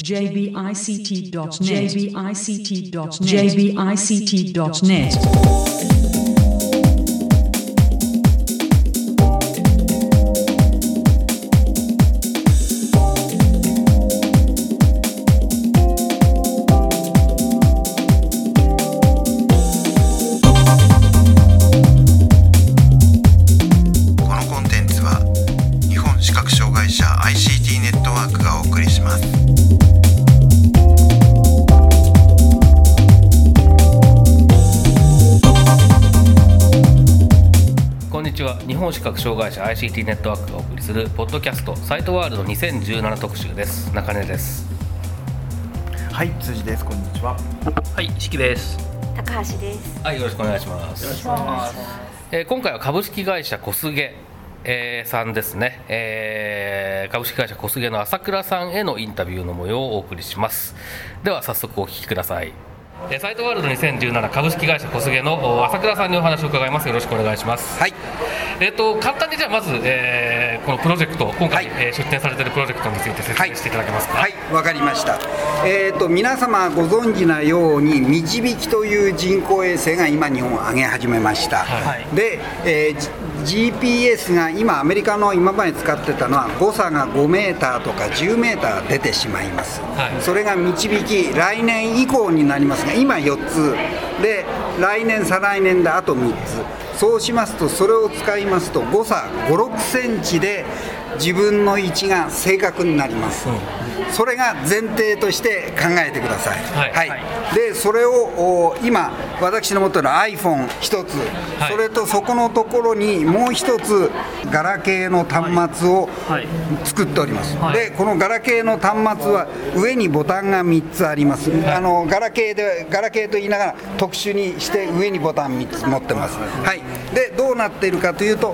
jbict.net 日本視覚障害者 ICT ネットワークがお送りするポッドキャストサイトワールド2017特集です。中根です。 はい、辻です。こんにちは。 はい、四季です。 高橋です。 はい、よろしくお願いします。 よろしくお願いします。 今回は株式会社小菅、さんですね、株式会社小菅の朝倉さんへのインタビューの模様をお送りします。では早速お聞きください。サイトワールド2017株式会社小菅の朝倉さんにお話を伺います。よろしくお願いします。 はい。 簡単にじゃあまず、このプロジェクト今回、出展されているプロジェクトについて説明していただけますか。 はい、わかりました。皆様ご存知なようにみちびきという人工衛星が今日本を上げ始めました、はい、で、GPS が今アメリカの今まで使ってたのは誤差が5メーターとか10メーター出てしまいます、はい、それがみちびき来年以降になりますが今4つで来年再来年であと3つ、そうしますとそれを使いますと誤差5、6センチで自分の位置が正確になります、それが前提として考えてください、はいはい、でそれを今私の持っている iPhone 一つ、はい、それとそこのところにもう一つガラケーの端末を作っております、はい、でこのガラケーの端末は上にボタンが3つあります、はい、ガラケーと言いながら特殊にして上にボタン3つ持ってます、はい、でどうなっているかというと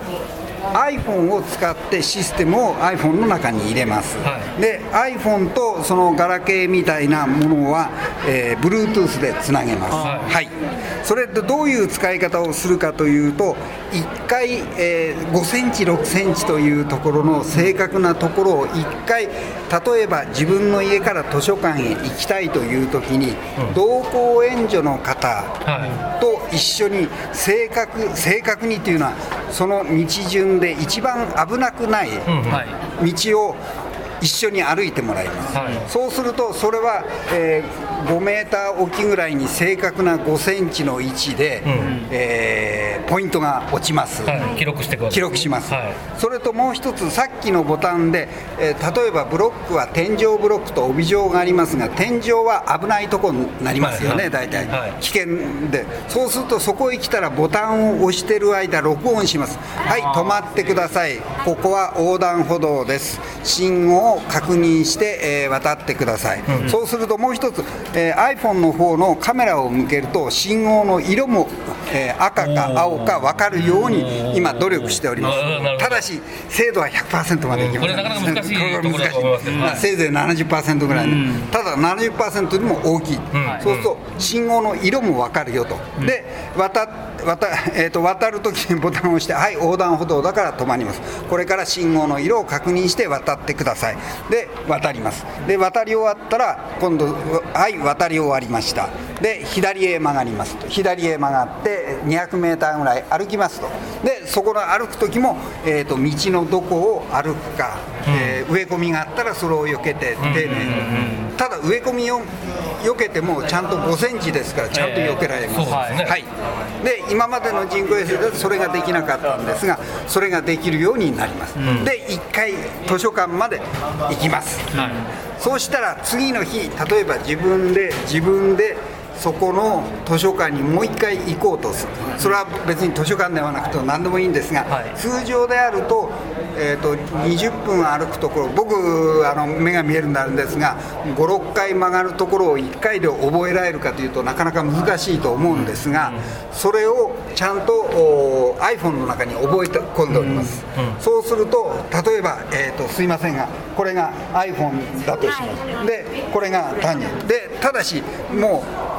iPhone を使ってシステムを iPhone の中に入れます、はい、で iPhone とそのガラケーみたいなものは、Bluetooth でつなげます、はい、それってどういう使い方をするかというと1回、5センチ6センチというところの正確なところを1回例えば自分の家から図書館へ行きたいというときに、同行援助の方と一緒に正確にというのはその道順で一番危なくない道を一緒に歩いてもらいます、はい、そうするとそれは、5メーターおきぐらいに正確な5センチの位置で、ポイントが落ちます、はい、記録します、はい、それともう一つさっきのボタンで、例えばブロックは天井ブロックと帯状がありますが天井は危ないところになりますよね、大体、危険でそうするとそこへ来たらボタンを押してる間録音します。はい、止まってください、ここは横断歩道です、信号を確認して、渡ってください、そうするともう一つ、iPhone の方のカメラを向けると信号の色も、赤か青か分かるように今努力しております。ただし精度は 100% までいきません。 これなかなか難しいところだと思いますけど、 せいぜい 70% ぐらい、ただ 70% にも大きい、そうすると信号の色も分かるよと、で渡るときにボタンを押してはい横断歩道だから止まります、これから信号の色を確認して渡ってください、で渡ります。で渡り終わったら今度はい渡り終わりました、で左へ曲がりますと、左へ曲がって200メーターぐらい歩きますと、でそこの歩くときも、道のどこを歩くか、植え込みがあったらそれを避けて丁寧に、ただ植え込みを避けてもちゃんと5センチですからちゃんと避けられます、はい、で今までの人工衛星だとそれができなかったんですがそれができるようになります、で1回図書館まで行きます、そうしたら次の日例えば自分でそこの図書館にもう一回行こうとする、それは別に図書館ではなくて何でもいいんですが、通常であると、20分歩くところ、僕目が見えるようになるんですが 5,6 回曲がるところを1回で覚えられるかというとなかなか難しいと思うんですが、それをちゃんと iPhone の中に覚えて込んでおります、そうすると例えば、すいませんがこれが iPhone だとします、でこれが単にでただしもう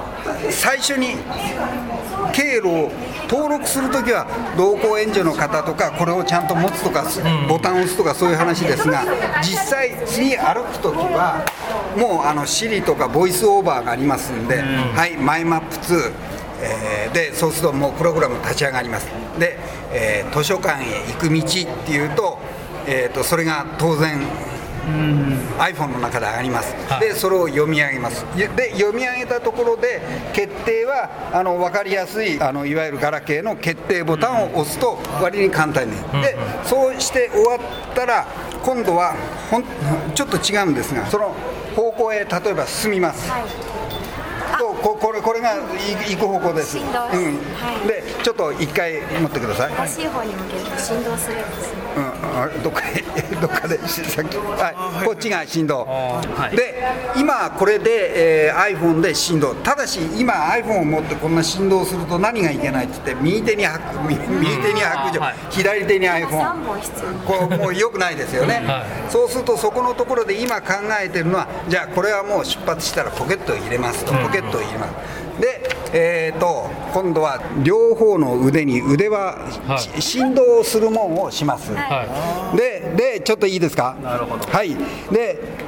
最初に経路を登録するときは同行援助の方とかこれをちゃんと持つとかボタンを押すとかそういう話ですが、実際次歩くときはもうSiri とかボイスオーバーがありますんで、はい、マイマップ2、でそうするともうプログラム立ち上がります。で、図書館へ行く道っていうと、それが当然iPhone の中で上がります。でそれを読み上げます。で読み上げたところで決定は分かりやすいいわゆるガラケーの決定ボタンを押すと割に簡単に、でそうして終わったら今度はちょっと違うんですが、その方向へ例えば進みます、これが行く方向です。 振動、 でちょっと一回持ってください。 欲しい方に向けると振動するんですよ。 どっかでさっき、こっちが振動、で今これで、iPhone で振動。ただし今 iPhone を持ってこんな振動すると何がいけないって言って、右手に白状、左手に iPhone、 3本必要。 これもう良くないですよね、そうするとそこのところで今考えてるのは、じゃあこれはもう出発したらポケットを入れますと、ポケットを入れます。で、今度は両方の腕は振動するもんをします、でちょっといいですか。 なるほど。 はい。で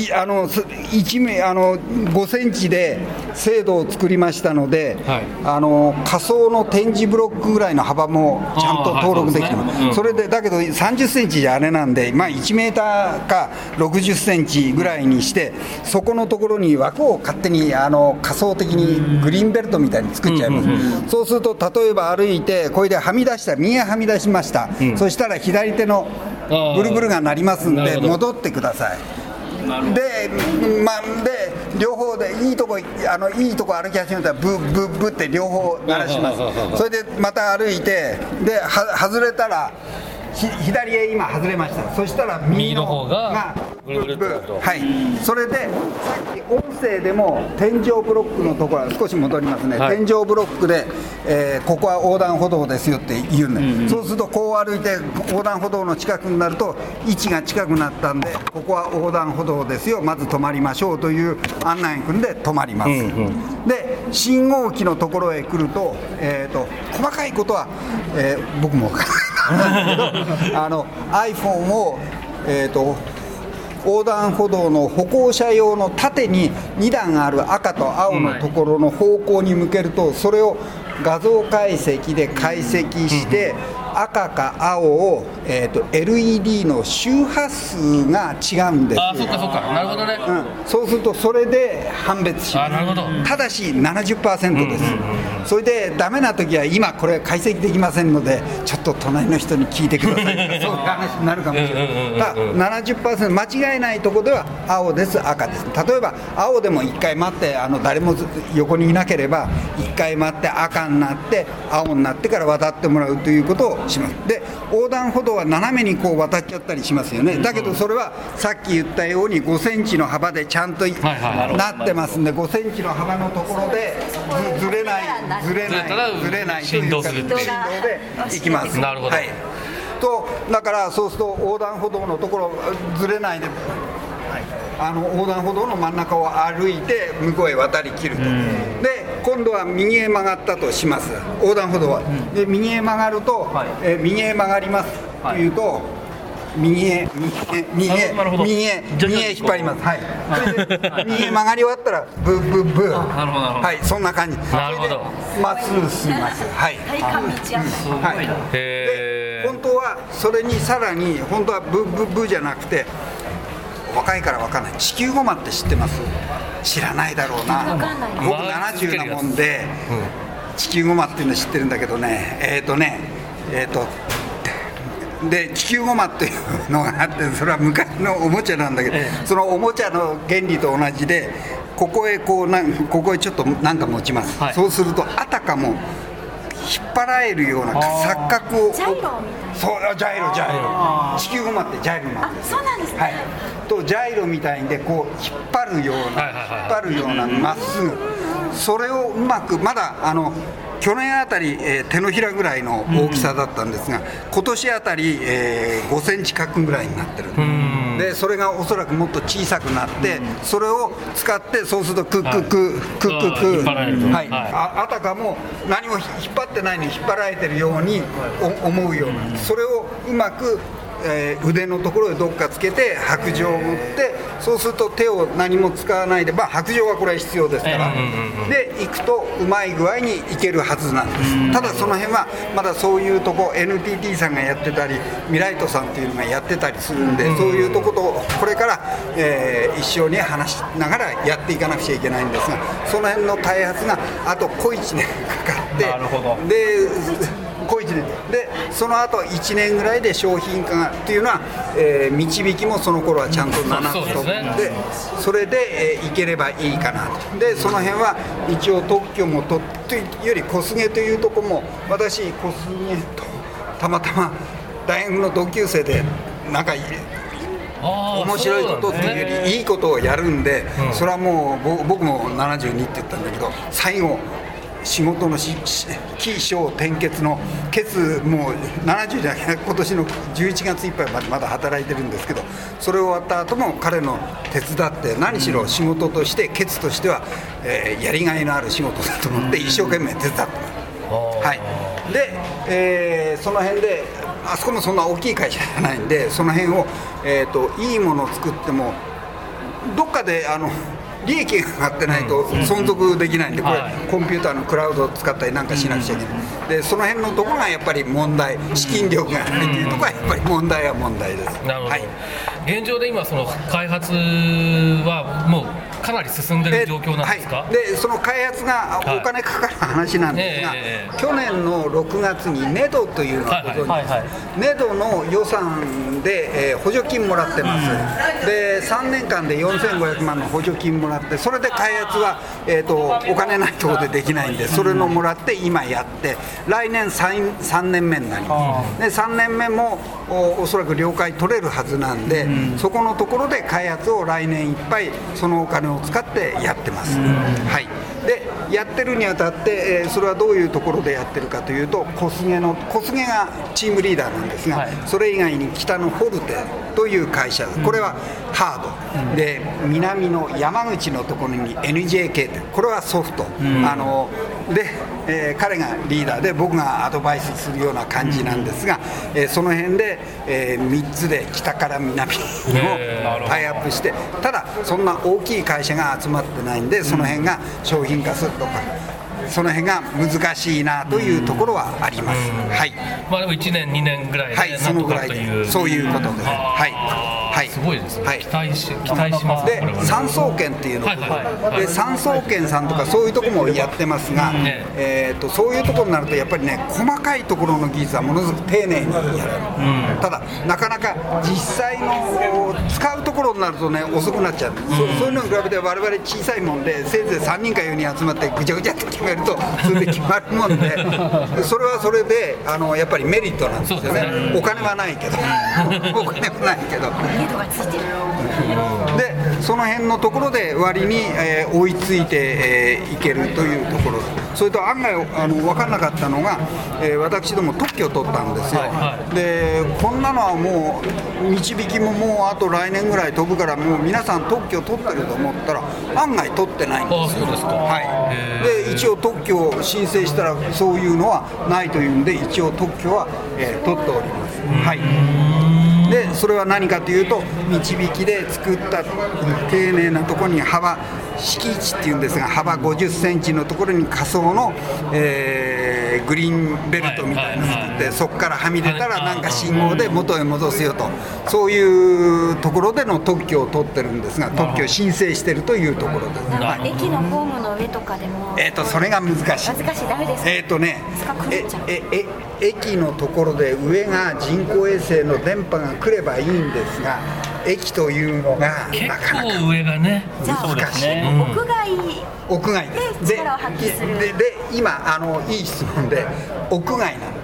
5センチで精度を作りましたので、仮想の展示ブロックぐらいの幅もちゃんと登録できてます。それでだけど30センチじゃあれなんで、1メーターか60センチぐらいにして、そこのところに枠を勝手に仮想的にグリーンベルトみたいに作っちゃいます。そうすると例えば歩いてこれではみ出した、右がはみ出しました、そしたら左手のブルブルが鳴りますんで戻ってください。で両方でいいとこ歩き始めたらブッブッブって両方鳴らします。それでまた歩いて、で外れたら左へ今外れました。そしたら右の方がブルブルッと、はい。それでさっき音声でも天井ブロックのところは少し戻りますね、天井ブロックで、ここは横断歩道ですよって言うんで、そうするとこう歩いて横断歩道の近くになると位置が近くなったんで、ここは横断歩道ですよ、まず止まりましょうという案内が来るんで止まります、で信号機のところへ来ると、細かいことは、僕も分からないんですけどiPhone を、横断歩道の歩行者用の縦に2段ある赤と青のところの方向に向けると、それを画像解析で解析して、赤か青を、LED の周波数が違うんです。 そっかなるほどね、 そうするとそれで判別します。 なるほど。 ただし 70% です、それでダメな時は今これ解析できませんのでちょっと隣の人に聞いてくださいそういう話になるかもしれない。70% 間違いないところでは青です、赤です。例えば青でも1回待って誰も横にいなければ1回待って赤になって青になってから渡ってもらうということをします。で横断歩道は斜めにこう渡っちゃったりしますよね。だけどそれはさっき言ったように5センチの幅でちゃんとなってますんで、5センチの幅のところでずれないという振動するっていう振動でいきます。 なるほど、 だからそうすると横断歩道のところずれないで、横断歩道の真ん中を歩いて向こうへ渡りきると。で今度は右へ曲がったとします、横断歩道は。で右へ曲がると、右へ曲がりますというと、右へ引っ張ります。右へ曲がり終わったらブッブッブー、はい、そんな感じ。 なるほど。 まっすぐ進みます。で本当はそれにさらに本当はブッブッブーじゃなくて、若いから分かんない、地球ゴマって知ってます？知らないだろうな。僕70なもんで、地球ゴマっていうの知ってるんだけどね、で地球ゴマっていうのがあって、それは昔のおもちゃなんだけど、そのおもちゃの原理と同じで、ここへちょっとなんか持ちます、そうするとあたかも引っ張られるような錯覚を、 ジャイロみたいな。 そう、ジャイロ地球ゴマってジャイロなんです。 そうなんですね、 とジャイロみたいでこう引っ張るようなまっすぐ、それをうまくまだ去年あたり、手のひらぐらいの大きさだったんですが、今年あたり、5センチ角ぐらいになってる。でそれがおそらくもっと小さくなって、それを使ってそうするとクックククックク、はい、あたかも何も引っ張ってないのに引っ張られてるように思うような、それをうまく腕のところでどっかつけて白杖を持って、そうすると手を何も使わないで、白杖はこれは必要ですから、で行くとうまい具合にいけるはずなんです。ただその辺はまだそういうとこ NTT さんがやってたりミライトさんっていうのがやってたりするんで、そういうとことこれから、一緒に話しながらやっていかなくちゃいけないんですが、その辺の開発があと小1年かかって、で小1年でその後1年ぐらいで商品化がっていうのは、導きもその頃はちゃんと7つとってそれで、いければいいかなと。でその辺は一応特許も取ってより小菅というとこも、私小菅とたまたま大学の同級生でなんか面白いことっていうよりいいことをやるんで、それはもう僕も72って言ったんだけど、最後仕事の起承転結のケツもう70じゃなくて今年の11月いっぱいまでまだ働いてるんですけど、それ終わった後も彼の手伝って何しろ仕事としてケツとしては、やりがいのある仕事だと思って一生懸命手伝ってます。はい、で、その辺であそこもそんな大きい会社じゃないんで、その辺を、いいものを作ってもどっかで利益が上がってないと存続できないんで、これコンピューターのクラウドを使ったりなんかしなくちゃいけない。でその辺のところがやっぱり問題、資金力がないというところがやっぱり問題は問題です。 なるほど、 はい、 現状で今その開発はもうかなり進んでいる状況なんですか？ でその開発がお金かかる話なんですが、去年の6月にNEDOというのをご存知ですか？NEDOの予算で、補助金もらってます。で3年間で4500万の補助金もらって、それで開発は、お金ないところでできないんで、それのもらって今やって、来年 3年目になります。で3年目も おそらく了解取れるはずなんで、そこのところで開発を来年いっぱいそのお金を使ってやってます。はい、でやってるにあたって、それはどういうところでやってるかというと、小菅がチームリーダーなんですが、それ以外に北のフォルテという会社、これはハードで、南の山口のところに NJK ってこれはソフト、で、彼がリーダーで僕がアドバイスするような感じなんですが、その辺で、3つで北から南をタイアップして、ただそんな大きい会社が集まってないんで、その辺が商品化するとか、その辺が難しいなというところはあります。はい、 でも1年2年ぐらいでなんとかという、 そういうことです。はい、 すごいですね。 はい、 期待しますね。 で産総研っていうので、産総研さんとかそういうところもやってますが、そういうところになるとやっぱりね、細かいところの技術はものすごく丁寧にやる。ただなかなか実際の使うところになるとね、遅くなっちゃう。そういうのに比べて我々小さいもんで、せいぜい3人か4人集まってぐちゃぐちゃって決めるとそれで決まるもんで、それはそれでやっぱりメリットなんですよね。お金はないけどお金はないけどでその辺のところで割に、追いついていけるというところ。それと案外分からなかったのが、私ども特許を取ったんですよ。でこんなのはもう導きももうあと来年ぐらい飛ぶから、もう皆さん特許を取ってると思ったら案外取ってないんですよ。はい、で一応特許を申請したらそういうのはないというんで、一応特許は、取っております。はい、でそれは何かというと、導きで作った丁寧なところに幅敷地っていうんですが、幅50センチのところに仮想の、グリーンベルトみたいなのを作って、そこからはみ出たらなんか信号で元へ戻すよと、そういうところでの特許を取ってるんですが、特許を申請してるというところです。 駅のホームの上とかでもそれが難しい。 ダメですか？ 駅のところで上が人工衛星の電波が来ればいいんですが、駅というのがなかなか結構上がね、 難しい。屋外です。 力を発揮する。 で今いい質問で、屋外なの。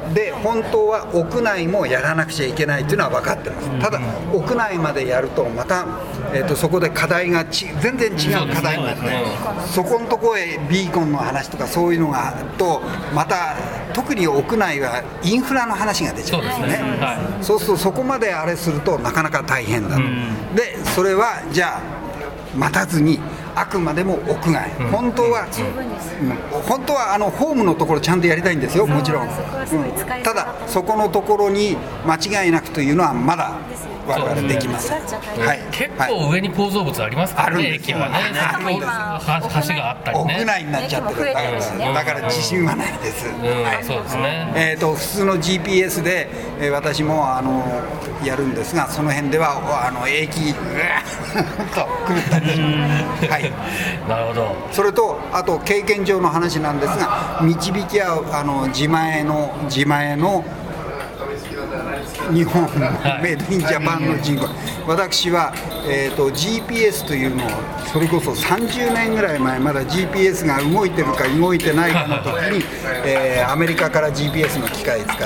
で本当は屋内もやらなくちゃいけないというのは分かってます。ただ屋内までやるとまた、そこで課題が全然違う課題になって、そこのところへビーコンの話とかそういうのがとまた特に屋内はインフラの話が出ちゃうんですね。そうするとそこまであれするとなかなか大変だと。でそれはじゃあ待たずにあくまでも屋外、本当はホームのところちゃんとやりたいんですよ、もちろん。ただそこのところに間違いなくというのはまだ我々できます。 結構上に構造物ありますからね、駅はね、橋があったりね、 屋内になっちゃってるだから自信はないです。 そうですね。 普通の GPS で私もやるんですが、その辺では駅と狂ったりします。はい、なるほど。それとあと経験上の話なんですが、導き合う自前の日本メイドインジャパンの人口、私は、GPS というのをそれこそ30年ぐらい前、まだ GPS が動いてるか動いてないかの時に、アメリカから GPS の機械使って、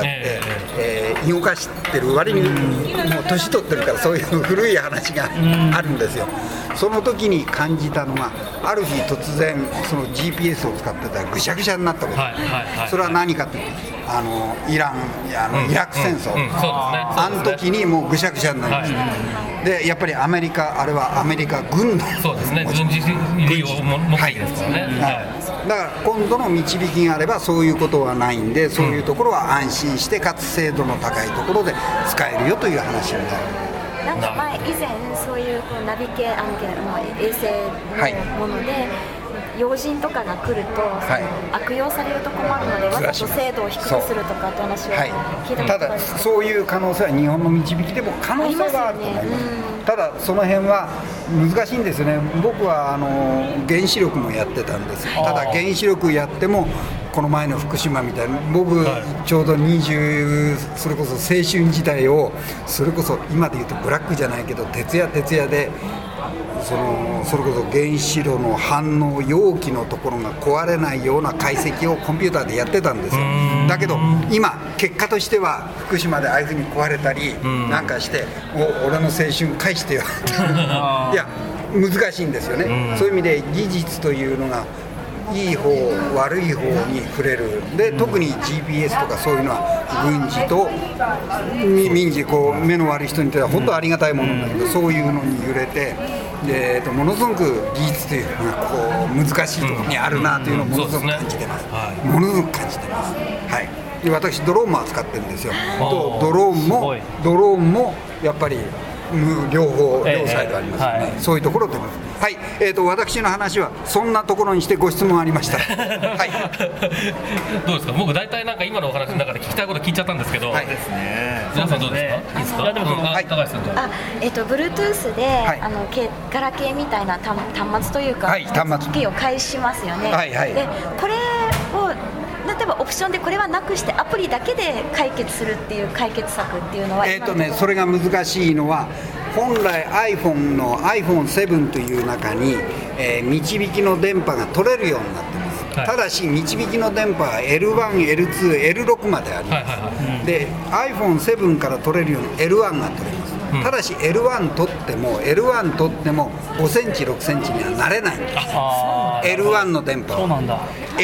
動かしてる割にもう年取ってるからそういう古い話があるんですよ。その時に感じたのが、ある日突然その GPS を使ってたらぐしゃぐしゃになったこと、それは何かというとイラク戦争、あの時にもうぐしゃぐしゃになりました。でやっぱりアメリカ、あれはアメリカ軍の軍事入りを持っているんですよね。 だから今度の導きがあればそういうことはないんで、そういうところは安心してかつ精度の高いところで使えるよという話になる。 なんか以前そういうナビ系衛星のもので、要人とかが来ると、悪用されると困るのでわざと精度を低くするとかって話を聞いたことがあるんです。 ただそういう可能性は日本の導きでも可能性はあると思います。ただその辺は難しいんですよね。僕は原子力もやってたんです。ただ原子力やってもこの前の福島みたいな、僕ちょうどそれこそ青春時代を、それこそ今で言うとブラックじゃないけど徹夜でそれこそ原子炉の反応容器のところが壊れないような解析をコンピューターでやってたんですよ。だけど今結果としては福島でああいうふうに壊れたりなんかして、俺の青春返してよいや難しいんですよね。そういう意味で技術というのがいい方悪い方に触れる。で特に GPS とかそういうのは軍事と民事、目の悪い人にとっては本当はありがたいものなんだけど、そういうのに揺れて、ものすごく技術というのが難しいところにあるなというのをものすごく感じてます。ものすごく感じてます。で私ドローンも扱ってるんですよ。ドローンもやっぱり両サイドありますよね。そういうところではい、私の話はそんなところにしてご質問ありました。はい。 どうですか。僕大体なんか今のお話の中で聞きたいこと聞いちゃったんですけど。はいですね。皆さんどうですか。いいですか。高橋さんと。 Bluetooth でガラケーみたいな端末というか機器を介しますよね。でこれを例えばオプションでこれはなくしてアプリだけで解決するっていう解決策っていうのはそれが難しいのは、本来 iPhone の iPhone7 という中に、導きの電波が取れるようになってます。ただし導きの電波は L1、L2、L6 まであります。で iPhone7 から取れるように L1 が取れます。ただし L1 取っても5センチ6センチにはなれないんです。L1 の電波は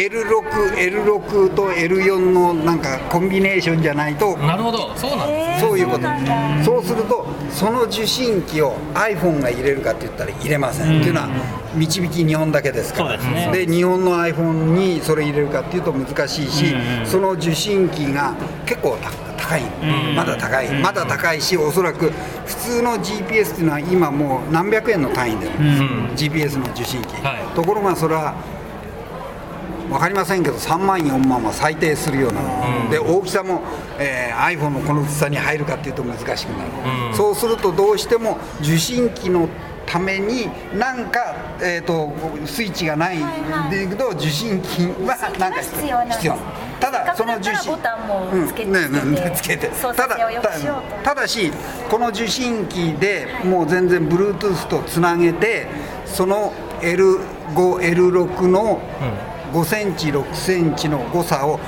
L6 と L4 のなんかコンビネーションじゃないと。 なるほど、そうなんです。 そういうこと。そうするとその受信機を iPhone が入れるかって言ったら入れません。っていうのは導き日本だけですから。で日本の iPhone にそれ入れるかっていうと難しいし、その受信機が結構高い、まだ高いし、おそらく普通の GPS っていうのは今もう何百円の単位で、GPS の受信機、ところがそれは分かりませんけど3万4万は最低するようなので、大きさも、iPhone のこの薄さに入るかっていうと難しくなる。そうするとどうしても受信機のためになんか、スイッチがないんでいくと受信機はなんか必要。ただその受信ボタンもつけてただしこの受信機でもう全然 Bluetooth とつなげて、その L5、L6 の5センチ6センチの誤差を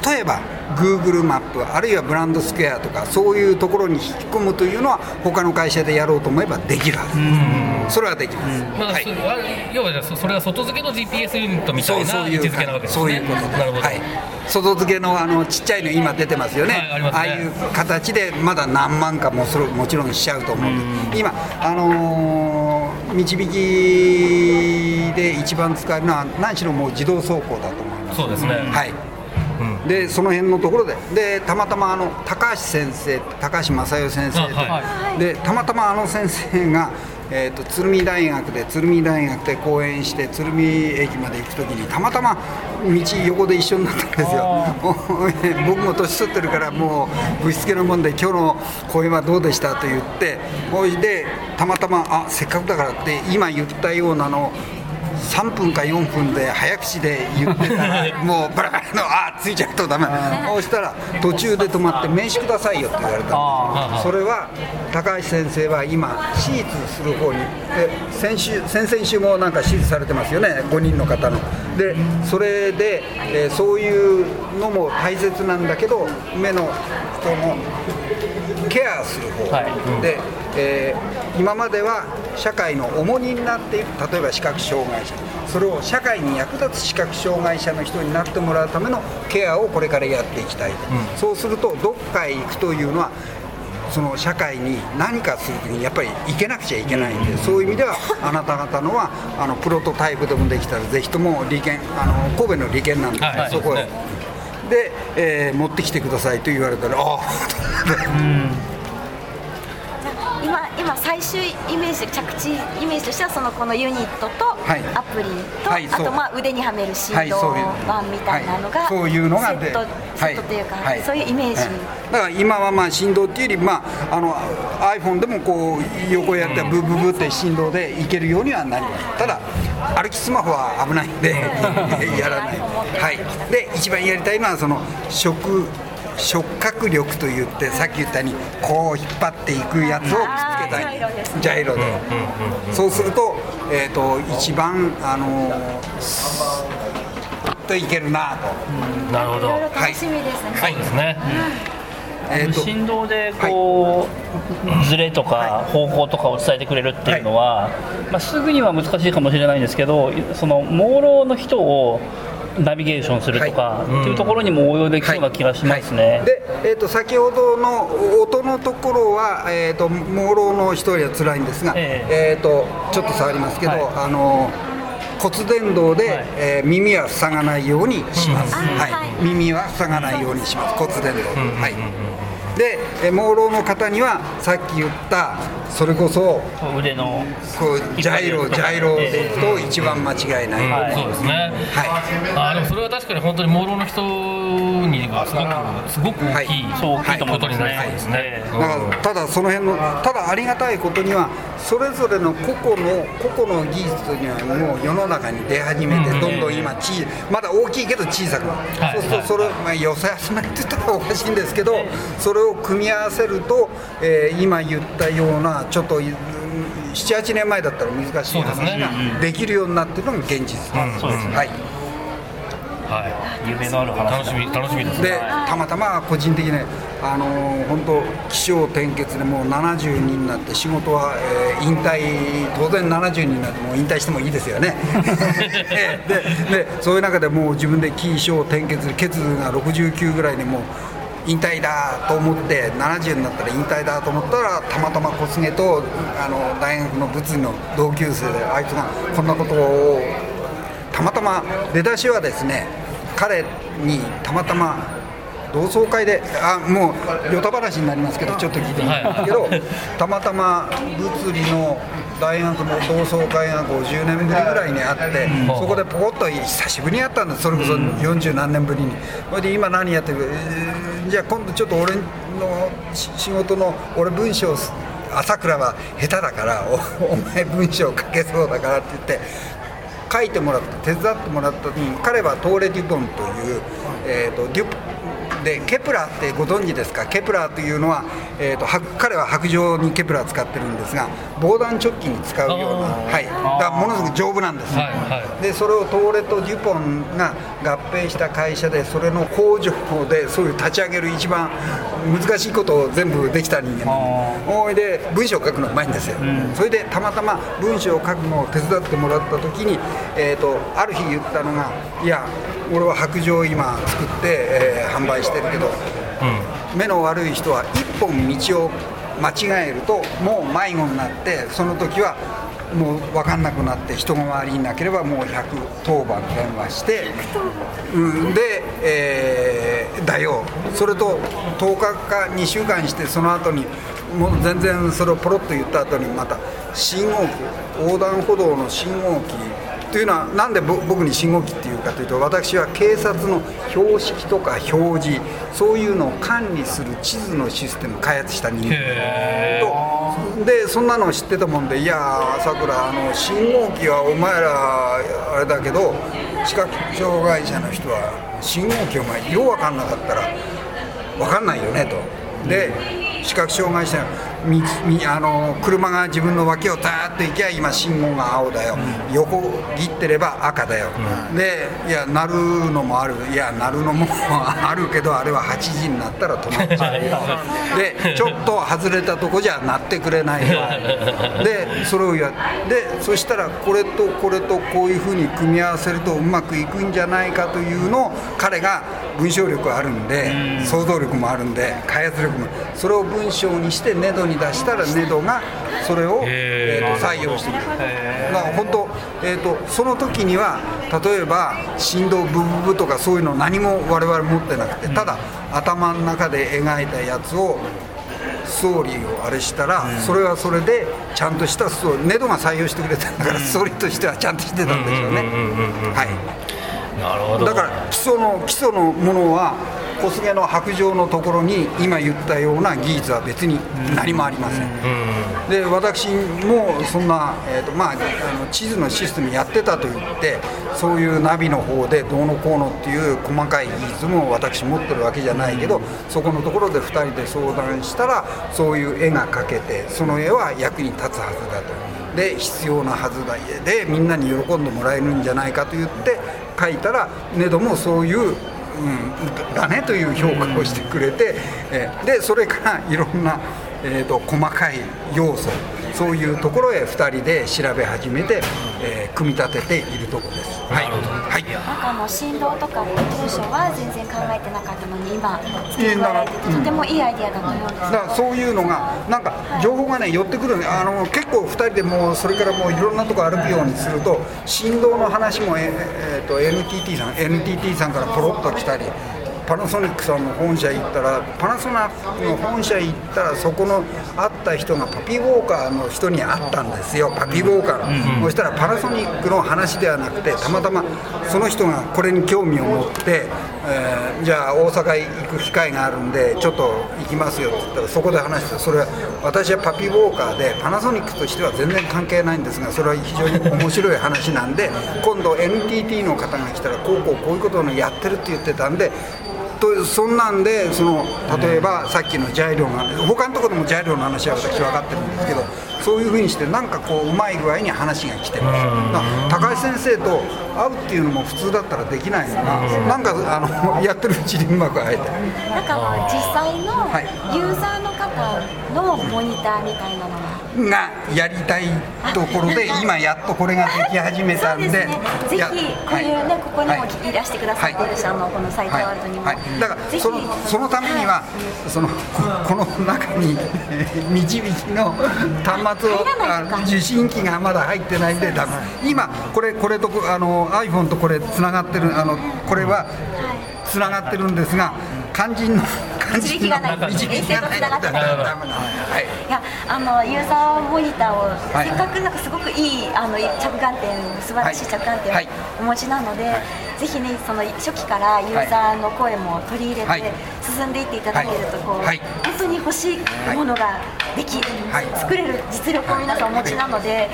例えば Google マップあるいはブランドスクエアとかそういうところに引き込むというのは他の会社でやろうと思えばできるはずです。それはできます、 はい、要はそれは外付けの GPS ユニットみたいな位置づけなわけですね。 そういうことです。 なるほど、 はい、外付けのちっちゃいの今出てますよね、はい、ああいう形でまだ何万かももちろんしちゃうと思うんです。今導きで一番使えるのは何しろもう自動走行だと思います。 そうですね、 はい、でその辺のところでたまたま高橋正代先生、はい、でたまたま先生が鶴見大学で講演して鶴見駅まで行くときにたまたま道横で一緒になったんですよ。僕も年取ってるからもうぶしつけのもんで今日の講演はどうでしたと言ってほいでたまたませっかくだからって今言ったようなの3分か4分で早口で言ってたらもうバラバラのついちゃうとダメ。そうしたら途中で止まって名刺くださいよって言われたんです。それは高橋先生は今手術する方に先々週もなんか手術されてますよね、5人の方の。でそれで、そういうのも大切なんだけど目の人のケアする方、はい、で、今までは社会の重荷になっている例えば視覚障害者、それを社会に役立つ視覚障害者の人になってもらうためのケアをこれからやっていきたい、そうするとどっかへ行くというのはその社会に何かするときにやっぱり行けなくちゃいけないんで、そういう意味ではあなた方のはプロトタイプでもできたらぜひとも神戸の利権なんです、はい、そこへで、持ってきてくださいと言われたら今最終イメージ着地イメージとしてはこのユニットとアプリと、はい、あと腕にはめる振動板みたいなのがセットというか、はい、そういうイメージ、はい、 だから今は振動っていうより、iPhone でもこう横やってブーブーブーって振動でいけるようにはなります。ただ歩きスマホは危ないんでやらない、はい、で一番やりたいのはその触覚力といってさっき言ったようにこう引っ張っていくやつをくっつけたいジャイロで、そうすると、一番といけるなと。 なるほど、 楽しみですね。 はいですね、 振動でこう、ズレとか方向とかを伝えてくれるっていうのは、すぐには難しいかもしれないんですけど、その朦朧の人をナビゲーションするとか、っていうところにも応用できそうな気がしますね。 で、先ほどの音のところは、朦朧の人よりは辛いんですが、ちょっと触りますけど、骨伝導で、耳は塞がないようにします、耳は塞がないようにします、骨伝導、で朦朧の方にはさっき言ったそれこそ腕のこうジャイロと一番間違いない、 そうですね、でもそれは確かに本当に朦朧の人にはすごく大きいことになりそうですね。 だからただその辺のただありがたいことにはそれぞれの個々の技術というのはもう世の中に出始めてどんどん今まだ大きいけど小さくなる、そうするとそれ寄せ集めって言ったらおかしいんですけど、それを組み合わせると、今言ったようなちょっと 7,8 年前だったら難しい話ができるようになっているのが現実です。 夢のある話、 楽しみですね。 でたまたま個人的に本当起承転結でもう70になって仕事は、引退当然70になってもう引退してもいいですよねでそういう中でもう自分で起承転結ケツが69ぐらいにもう引退だと思って70になったら引退だと思ったらたまたま小菅と大学の物理の同級生であいつがこんなことをたまたま出だしはですね、彼にたまたま同窓会でもうヨタ話になりますけどちょっと聞いてみたんですけどたまたま物理の大学の同窓会が50年ぶりぐらいにあって、そこでポコッと久しぶりに会ったんです。それこそ40何年ぶりに。それで今何やってる、じゃあ今度ちょっと俺の仕事の俺文章朝倉は下手だからお前文章書けそうだからって言って書いてもらって手伝ってもらった時に、彼はトーレ・デュポンという、 でケプラーってご存知ですか？ケプラーというのは、彼は白状にケプラー使ってるんですが、防弾チョッキに使うような、はい、だからものすごく丈夫なんです、でそれをトーレとデュポンが合併した会社で、それの工場でそういう立ち上げる一番難しいことを全部できた人間で、文章を書くのうまいんですよ、それでたまたま文章を書くのを手伝ってもらった時に、ある日言ったのが、いや俺は白状を今作って、販売してるけど、目の悪い人は一本道を間違えるともう迷子になって、その時はもう分かんなくなって人が周りになければもう110番電話して、で、だよ、それと10日か2週間して、その後にもう全然それをポロッと言った後にまた信号機、横断歩道の信号機というのは、なんで僕に信号機っていうかというと、私は警察の標識とか表示、そういうのを管理する地図のシステムを開発した人間と、でそんなのを知ってたもんで、いや朝倉、信号機はお前らあれだけど、視覚障害者の人は信号機お前色分かんなかったら分かんないよねと。で視覚障害者車が自分の脇をターッと行きゃ今信号が青だよ、横切ってれば赤だよ、でいや鳴るのもある、いや鳴るのもあるけど、あれは8時になったら止まっちゃうよでちょっと外れたとこじゃ鳴ってくれないよでそれをでそしたらこれとこれとこういうふうに組み合わせるとうまくいくんじゃないかというのを、彼が文章力あるんで、想像力もあるんで、開発力も、それを文章にしてネドに出したら、ネドがそれを、採用してくれる。だから本当、その時には例えば振動ブブブとかそういうの何も我々持ってなくて、ただ頭の中で描いたやつをストーリーをあれしたら、それはそれでちゃんとしたストーリー、ネドが採用してくれたんだから、ストーリーとしてはちゃんとしてたんでしょうね。はい、 なるほど。 だから基礎のものは小菅の白状のところに今言ったような技術は別に何もありません、で私もそんな、地図のシステムやってたと言って、そういうナビの方でどうのこうのっていう細かい技術も私持ってるわけじゃないけど、そこのところで2人で相談したら、そういう絵が描けて、その絵は役に立つはずだと、で必要なはずだ、でみんなに喜んでもらえるんじゃないかと言って書いたら、ネドもそういうだねという評価をしてくれて、でそれからいろんな、細かい要素、そういうところへ2人で調べ始めて、組み立てているところです。はい、はい、 なんか振動とか当初は全然考えてなかったのに、今付け加えてとてもいいアイデアだと思うんです。 だからそういうのがなんか情報がね寄ってくるね。結構2人でもうそれからもういろんなとこ歩くようにすると、振動の話も、NTT さんからポロッと来たり、パナソニックさんの本社行ったら、パナソニックの本社行ったら、そこの会った人がパピーウォーカーの人に会ったんですよ、パピーウォーカーの、そしたらパナソニックの話ではなくて、たまたまその人がこれに興味を持って、じゃあ大阪行く機会があるんでちょっと行きますよって言ったら、そこで話して、それは私はパピーウォーカーでパナソニックとしては全然関係ないんですが、それは非常に面白い話なんで今度 NTT の方が来たらこういうことをやってるって言ってたんで、そんなんで、例えばさっきの材料が、他のところでも材料の話は私分かってるんですけど、そういうふうにしてなんかこううまい具合に話が来てます。高橋先生と会うっていうのも普通だったらできないのが、なんかやってるうちにうまく会えて、 なんか実際のユーザーの方のモニターみたいなのがやりたいところで今やっとこれができ始めたんで、 ぜひこういうね、ここにもいらしてくださってるし、このサイトワールドにも、 だからそのためには、この中に導きの端末を受信機がまだ入ってないんでダメ。今これとiPhone とこれつながってる、これはつながってるんですが、肝心の導きがない、衛星とつながってない。いや、ユーザーモニターをせっかくなんかすごくいい着眼点、素晴らしい着眼点をお持ちなので、ぜひね、その初期からユーザーの声も取り入れて進んでいっていただけると、本当に欲しいものが作れる実力を皆さんお持ちなので、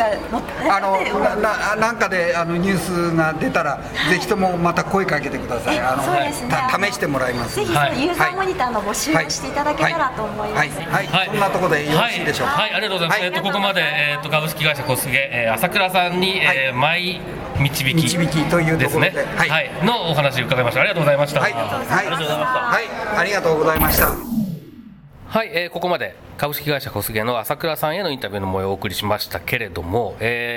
なんかでニュースが出たらぜひともまた声かけてください。 そうですね、 試してもらいます。 ぜひユーザーモニターの募集をしていただけたらと思います。 そんなところでよろしいでしょうか。 はい、ありがとうございます。ここまで株式会社小菅朝倉さんにマイ導きというところでのお話を伺いました。ありがとうございました。 ありがとうございました。 はい、ここまで株式会社小菅の朝倉さんへのインタビューの模様をお送りしましたけれども、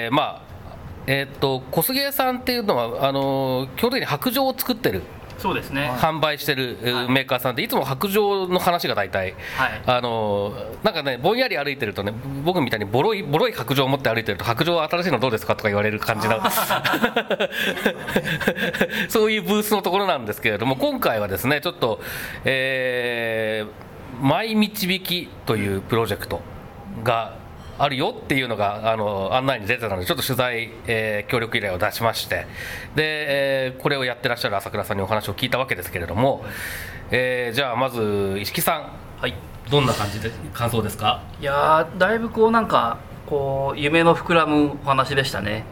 小菅さんっていうのは基本的に白杖を作ってる、 そうですね、 販売してるメーカーさんで、いつも白杖の話が大体、なんかね、ぼんやり歩いてるとね、僕みたいにボロい白杖を持って歩いてると、白杖新しいのどうですかとか言われる感じのそういうブースのところなんですけれども、今回はですねちょっと、マイ導きというプロジェクトがあるよっていうのが案内に出てたので、ちょっと取材、協力依頼を出しまして、で、これをやってらっしゃる朝倉さんにお話を聞いたわけですけれども、じゃあまず石木さん、どんな感じで感想ですか？ いやだいぶ夢の膨らむお話でしたね。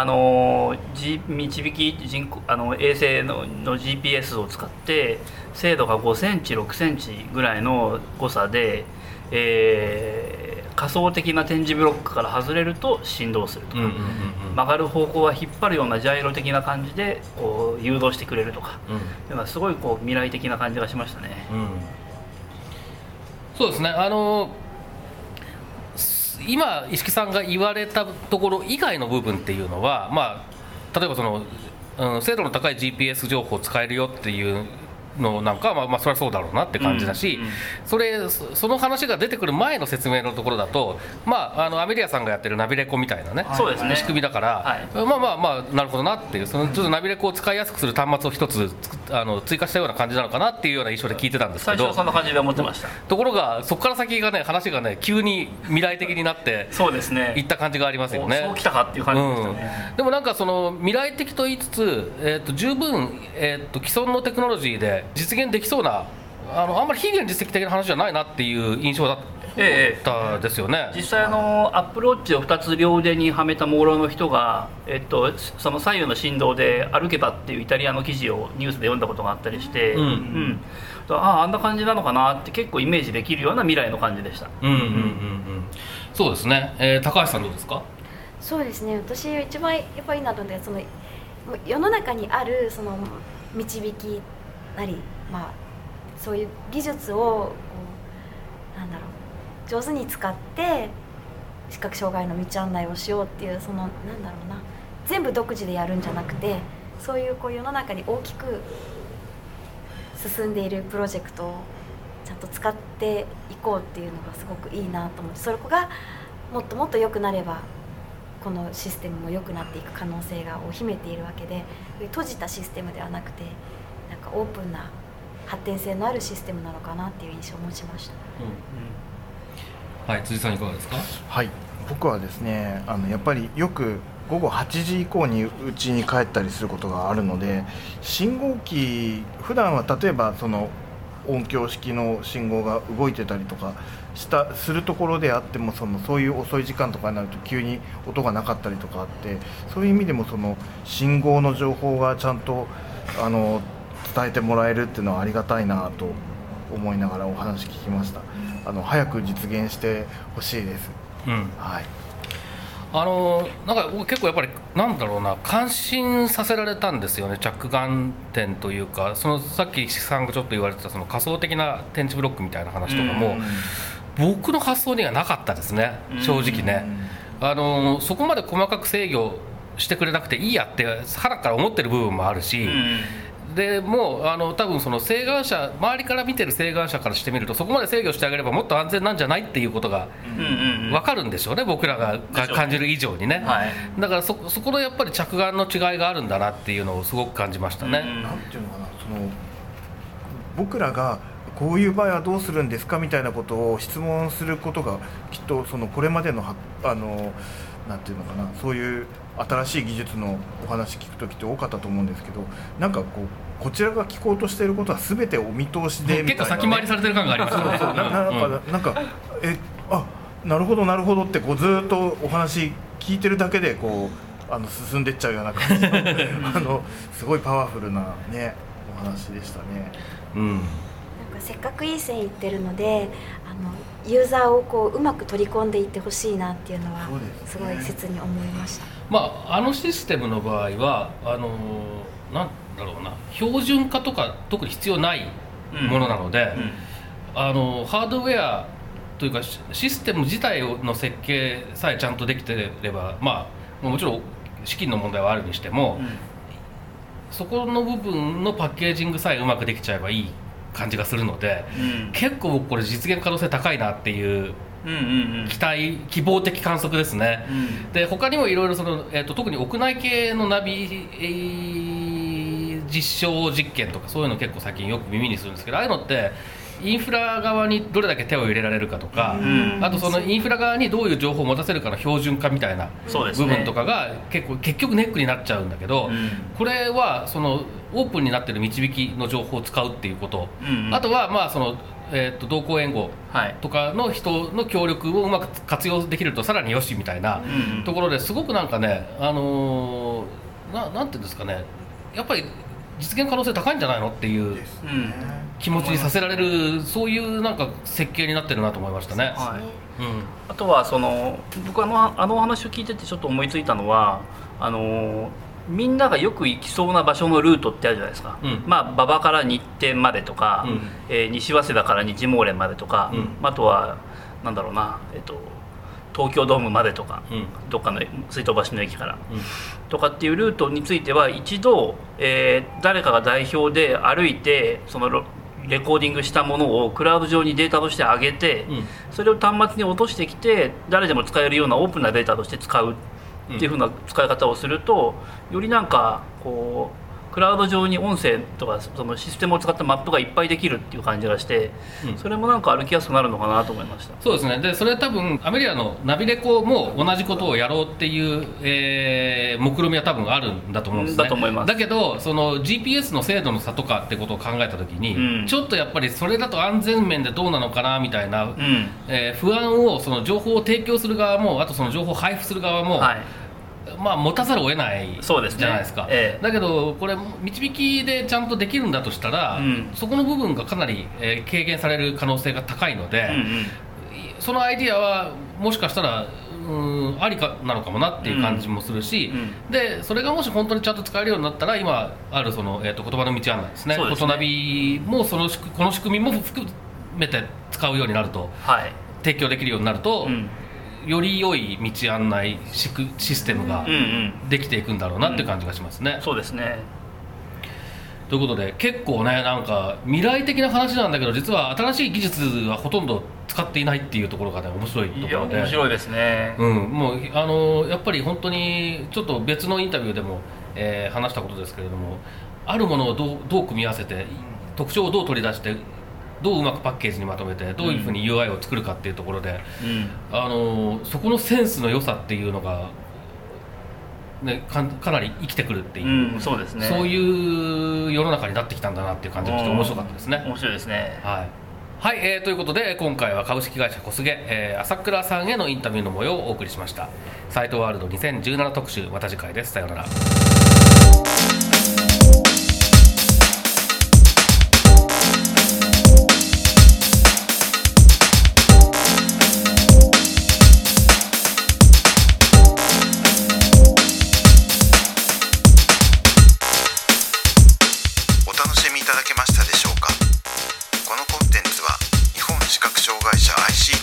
導き衛星の GPS を使って精度が5センチ6センチぐらいの誤差で、仮想的な展示ブロックから外れると振動するとか、曲がる方向は引っ張るようなジャイロ的な感じで誘導してくれるとか、いうのはすごい未来的な感じがしましたね。 そうですね、今石木さんが言われたところ以外の部分っていうのは、例えば精度の高い GPS 情報を使えるよっていうのなんかは、それはそうだろうなって感じだし、その話が出てくる前の説明のところだと、アメリアさんがやってるナビレコみたいなね、仕組みだから、なるほどなっていう、ちょっとナビレコを使いやすくする端末を一つ追加したような感じなのかなっていうような印象で聞いてたんですけど、 最初はそんな感じで思ってました。 ところがそこから先がね、話がね急に未来的になっていった感じがありますよね。 そうきたかっていう感じでしたね。 でもなんか未来的と言いつつ、十分、既存のテクノロジーで実現できそうな、あんまり非現実的な話じゃないなっていう印象だったですよね。 実際アップルウォッチを2つ両腕にはめたモーローの人が、その左右の振動で歩けばっていうイタリアの記事をニュースで読んだことがあったりして、あんな感じなのかなって結構イメージできるような未来の感じでした。 そうですね、高橋さんどうですか？ そうですね、私一番やっぱりいいなと思って、世の中にある導きなり、そういう技術を上手に使って視覚障害の道案内をしようっていう、全部独自でやるんじゃなくて、そういう世の中に大きく進んでいるプロジェクトをちゃんと使っていこうっていうのがすごくいいなと思って、それがもっともっと良くなればこのシステムも良くなっていく可能性が秘めているわけで、閉じたシステムではなくてオープンな発展性のあるシステムなのかなっていう印象を持ちました。 辻さんいかがですか？ 僕はですね、やっぱりよく午後8時以降に家に帰ったりすることがあるので、信号機普段は例えば音響式の信号が動いてたりとかするところであっても、そういう遅い時間とかになると急に音がなかったりとかあって、そういう意味でも信号の情報がちゃんと伝えてもらえるっていうのはありがたいなと思いながらお話聞きました。早く実現してほしいです。 なんか結構やっぱり感心させられたんですよね、着眼点というか、さっき石木さんがちょっと言われてた仮想的な展示ブロックみたいな話とかも、僕の発想にはなかったですね、正直ね。そこまで細かく制御してくれなくていいやって腹から思ってる部分もあるし、でもう多分晴眼者、周りから見てる晴眼者からしてみると、そこまで制御してあげればもっと安全なんじゃないっていうことが分かるんでしょうね、僕らが感じる以上にね。だからそこのやっぱり着眼の違いがあるんだなっていうのをすごく感じましたね。 なんていうのかな、僕らがこういう場合はどうするんですかみたいなことを質問することがきっとこれまでのなんていうのかな、そういう新しい技術のお話聞くときって多かったと思うんですけど、こちらが聞こうとしていることは全てお見通しでみたいな、 結構先回りされてる感がありますよね。 あ、なるほどなるほどってこうずっとお話聞いてるだけでこう進んでっちゃうような感じのすごいパワフルなねお話でしたね。 なんかせっかくいい線いってるのでユーザーをこううまく取り込んでいってほしいなっていうのはすごい切に思いました。 システムの場合はなんだろうな、標準化とか特に必要ないものなので、ハードウェアというかシステム自体の設計さえちゃんとできてれば、もちろん資金の問題はあるにしても、そこの部分のパッケージングさえうまくできちゃえばいい感じがするので、結構これ実現可能性高いなっていう希望的観測ですね。で他にもいろいろ特に屋内系のナビ、実証実験とかそういうの結構最近よく耳にするんですけど、ああいうのってインフラ側にどれだけ手を入れられるかとか、あとそのインフラ側にどういう情報を持たせるかの標準化みたいな部分とかが結局ネックになっちゃうんだけど、これはそのオープンになっている導きの情報を使うっていうこと、あとは同行援護とかの人の協力をうまく活用できるとさらによしみたいなところですごくなんかね、なんていうんですかね、やっぱり実現可能性高いんじゃないのっていう気持ちにさせられる、そういうなんか設計になってるなと思いましたね。 あとは僕あのお話を聞いててちょっと思いついたのはみんながよく行きそうな場所のルートってあるじゃないですか、馬場から日天までとか、西早稲田から日毛連までとか、あとはなんだろうな、東京ドームまでとか、どっかの水道橋の駅から、とかっていうルートについては一度、誰かが代表で歩いてそのレコーディングしたものをクラウド上にデータとして上げて、それを端末に落としてきて誰でも使えるようなオープンなデータとして使うっていう風な使い方をすると、よりなんかこうクラウド上に音声とかそのシステムを使ったマップがいっぱいできるっていう感じがして、それもなんか歩きやすくなるのかなと思いました。 そうですね。でそれ多分アメリアのナビレコも同じことをやろうっていう、目論見は多分あるんだと思うんですね。 だと思います。 だけどその GPS の精度の差とかってことを考えた時に、ちょっとやっぱりそれだと安全面でどうなのかなみたいな、不安をその情報を提供する側も、あとその情報を配布する側も、持たざるを得ないじゃないですか。だけどこれ導きでちゃんとできるんだとしたら、そこの部分がかなり、軽減される可能性が高いので、そのアイディアはもしかしたらありかなのかもなっていう感じもするし、でそれがもし本当にちゃんと使えるようになったら、今あるその、言葉の道案内ですね、ことナビもこの仕組みも含めて使うようになると、提供できるようになると、より良い道案内システムができていくんだろうなっていう感じがしますね。 そうですね。 ということで結構ね、なんか未来的な話なんだけど、実は新しい技術はほとんど使っていないっていうところがね、面白いところで。 面白いですね。 もうやっぱり本当にちょっと別のインタビューでも、話したことですけれども、あるものをどう組み合わせて特徴をどう取り出してどううまくパッケージにまとめてどういうふうに UI を作るかっていうところで、そこのセンスの良さっていうのが、ね、かなり生きてくるっていう、 そうですね、 そういう世の中になってきたんだなっていう感じがして面白かったですね。 面白いですね。 はい、ということで今回は株式会社小菅、朝倉さんへのインタビューの模様をお送りしました。サイトワールド2017特集、また次回です。さようなら。 いただけましたでしょうか。このコンテンツは日本視覚障害者 IC